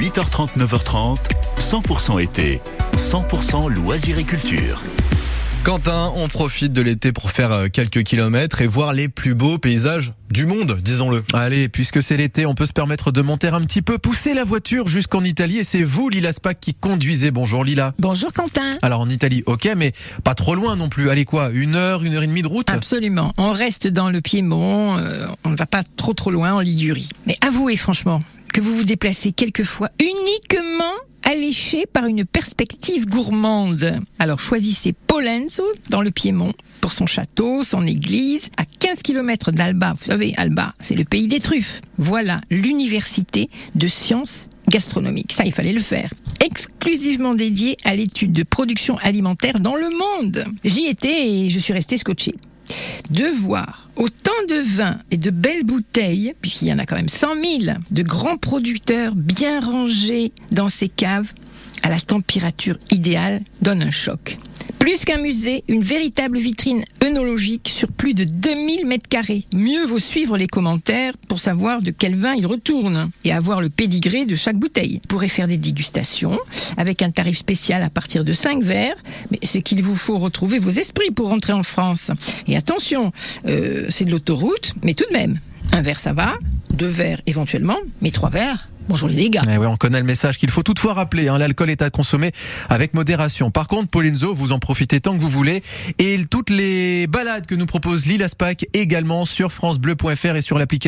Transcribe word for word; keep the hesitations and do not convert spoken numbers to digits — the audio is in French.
huit heures trente, neuf heures trente, cent pour cent été, cent pour cent loisirs et culture. Quentin, on profite de l'été pour faire quelques kilomètres et voir les plus beaux paysages du monde, disons-le. Allez, puisque c'est l'été, on peut se permettre de monter un petit peu, pousser la voiture jusqu'en Italie, et c'est vous, Lila Spack, qui conduisez. Bonjour Lila. Bonjour Quentin. Alors en Italie, ok, mais pas trop loin non plus. Allez quoi, une heure, une heure et demie de route? Absolument. On reste dans le Piémont, euh, on ne va pas trop trop loin en Ligurie. Mais avouez franchement que vous vous déplacez quelquefois uniquement alléché par une perspective gourmande. Alors choisissez Polenzo dans le Piémont pour son château, son église, à quinze kilomètres d'Alba. Vous savez, Alba, c'est le pays des truffes. Voilà l'université de sciences gastronomiques. Ça, il fallait le faire. Exclusivement dédiée à l'étude de production alimentaire dans le monde. J'y étais et je suis restée scotchée. De voir autant de vins et de belles bouteilles, puisqu'il y en a quand même cent mille, de grands producteurs bien rangés dans ces caves, à la température idéale, donne un choc. Plus qu'un musée, une véritable vitrine œnologique sur plus de deux mille mètres carrés. Mieux vaut suivre les commentaires pour savoir de quel vin il retourne et avoir le pédigré de chaque bouteille. Vous pourrez faire des dégustations avec un tarif spécial à partir de cinq verres, mais c'est qu'il vous faut retrouver vos esprits pour rentrer en France. Et attention, euh, c'est de l'autoroute, mais tout de même, un verre ça va, deux verres éventuellement, mais trois verres, bonjour les gars. Eh ouais, on connaît le message qu'il faut toutefois rappeler, hein, l'alcool est à consommer avec modération. Par contre, Polenzo, vous en profitez tant que vous voulez. Et toutes les balades que nous propose Lila Spack également sur francebleu point fr et sur l'application.